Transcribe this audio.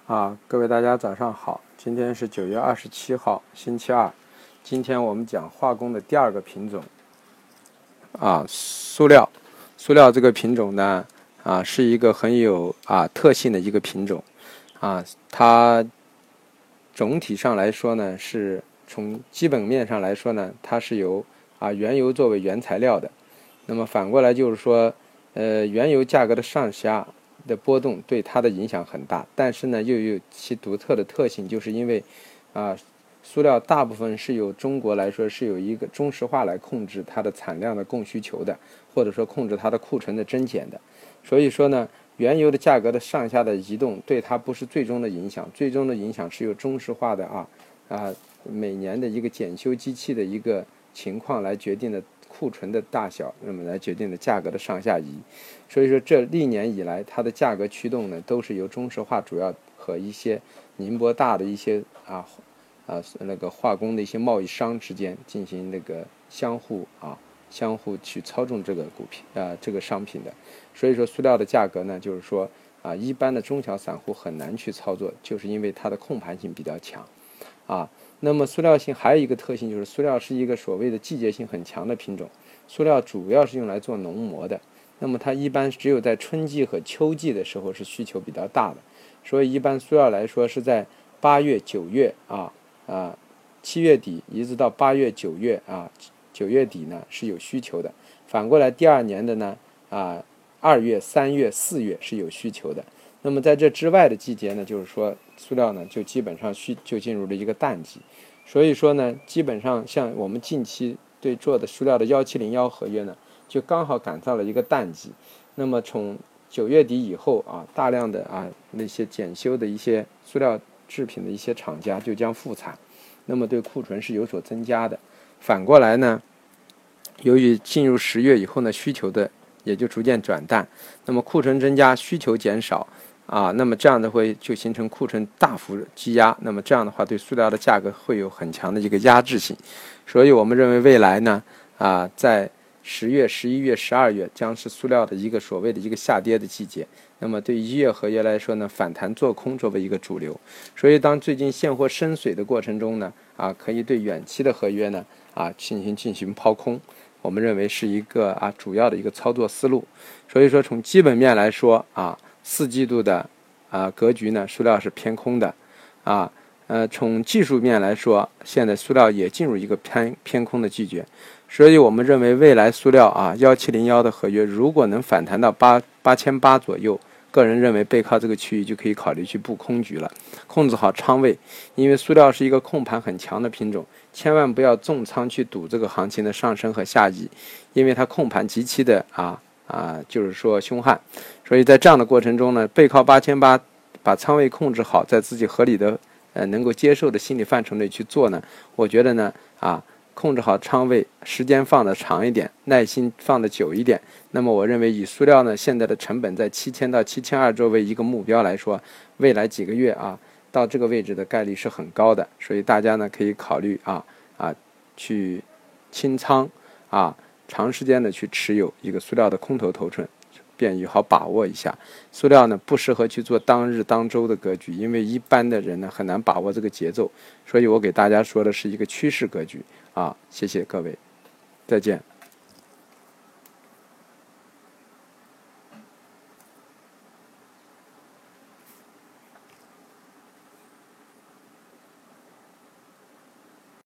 各位大家早上好，今天是9月27号，星期二。今天我们讲化工的第二个品种，塑料。塑料这个品种呢，是一个很有特性的一个品种，它总体上来说呢，是从基本面上来说呢，它是由原油作为原材料的。那么反过来就是说，原油价格的上下的波动对它的影响很大，但是呢又有其独特的特性，就是因为塑料大部分是由中国来说是有一个中石化来控制它的产量的供需求的，或者说控制它的库存的增减的。所以说呢，原油的价格的上下的移动对它不是最终的影响，最终的影响是由中石化的每年的一个检修机器的一个情况来决定的库存的大小，那么来决定的价格的上下移。所以说这历年以来它的价格驱动呢，都是由中石化主要和一些宁波大的一些那个化工的一些贸易商之间进行那个相互去操纵这个这个商品的。所以说塑料的价格呢，就是说一般的中小散户很难去操作，就是因为它的控盘性比较强那么塑料性还有一个特性，就是塑料是一个所谓的季节性很强的品种。塑料主要是用来做浓膜的，那么它一般只有在春季和秋季的时候是需求比较大的，所以一般塑料来说是在8月、9月7月底一直到8月、9月9月底呢是有需求的。反过来第二年的呢2月、3月、4月是有需求的。那么在这之外的季节呢，就是说塑料呢就基本上就进入了一个淡季。所以说呢，基本上像我们近期对做的塑料的1701合约呢，就刚好赶上了一个淡季。那么从9月底以后大量的那些检修的一些塑料制品的一些厂家就将复产，那么对库存是有所增加的。反过来呢，由于进入10月以后呢，需求的也就逐渐转淡，那么库存增加，需求减少那么这样的会就形成库存大幅积压，那么这样的话对塑料的价格会有很强的一个压制性。所以我们认为未来呢在10月、11月、12月将是塑料的一个所谓的一个下跌的季节。那么对1月合约来说呢，反弹做空作为一个主流。所以当最近现货深水的过程中呢可以对远期的合约呢进行抛空，我们认为是一个主要的一个操作思路。所以说从基本面来说4季度的格局呢，塑料是偏空的从技术面来说，现在塑料也进入一个偏空的季节。所以我们认为未来塑料1701的合约如果能反弹到8800左右，个人认为背靠这个区域就可以考虑去布空局了，控制好仓位。因为塑料是一个控盘很强的品种，千万不要重仓去赌这个行情的上升和下移，因为它控盘极其的就是说凶悍。所以在这样的过程中呢，背靠8800，把仓位控制好，在自己合理的能够接受的心理范畴内去做呢，我觉得呢控制好仓位，时间放得长一点，耐心放得久一点。那么我认为以塑料呢现在的成本在7000到7200作为一个目标来说，未来几个月到这个位置的概率是很高的。所以大家呢可以考虑去清仓长时间的去持有一个塑料的空头头寸，便于好把握一下。塑料呢不适合去做当日当周的格局，因为一般的人呢很难把握这个节奏。所以我给大家说的是一个趋势格局谢谢各位，再见。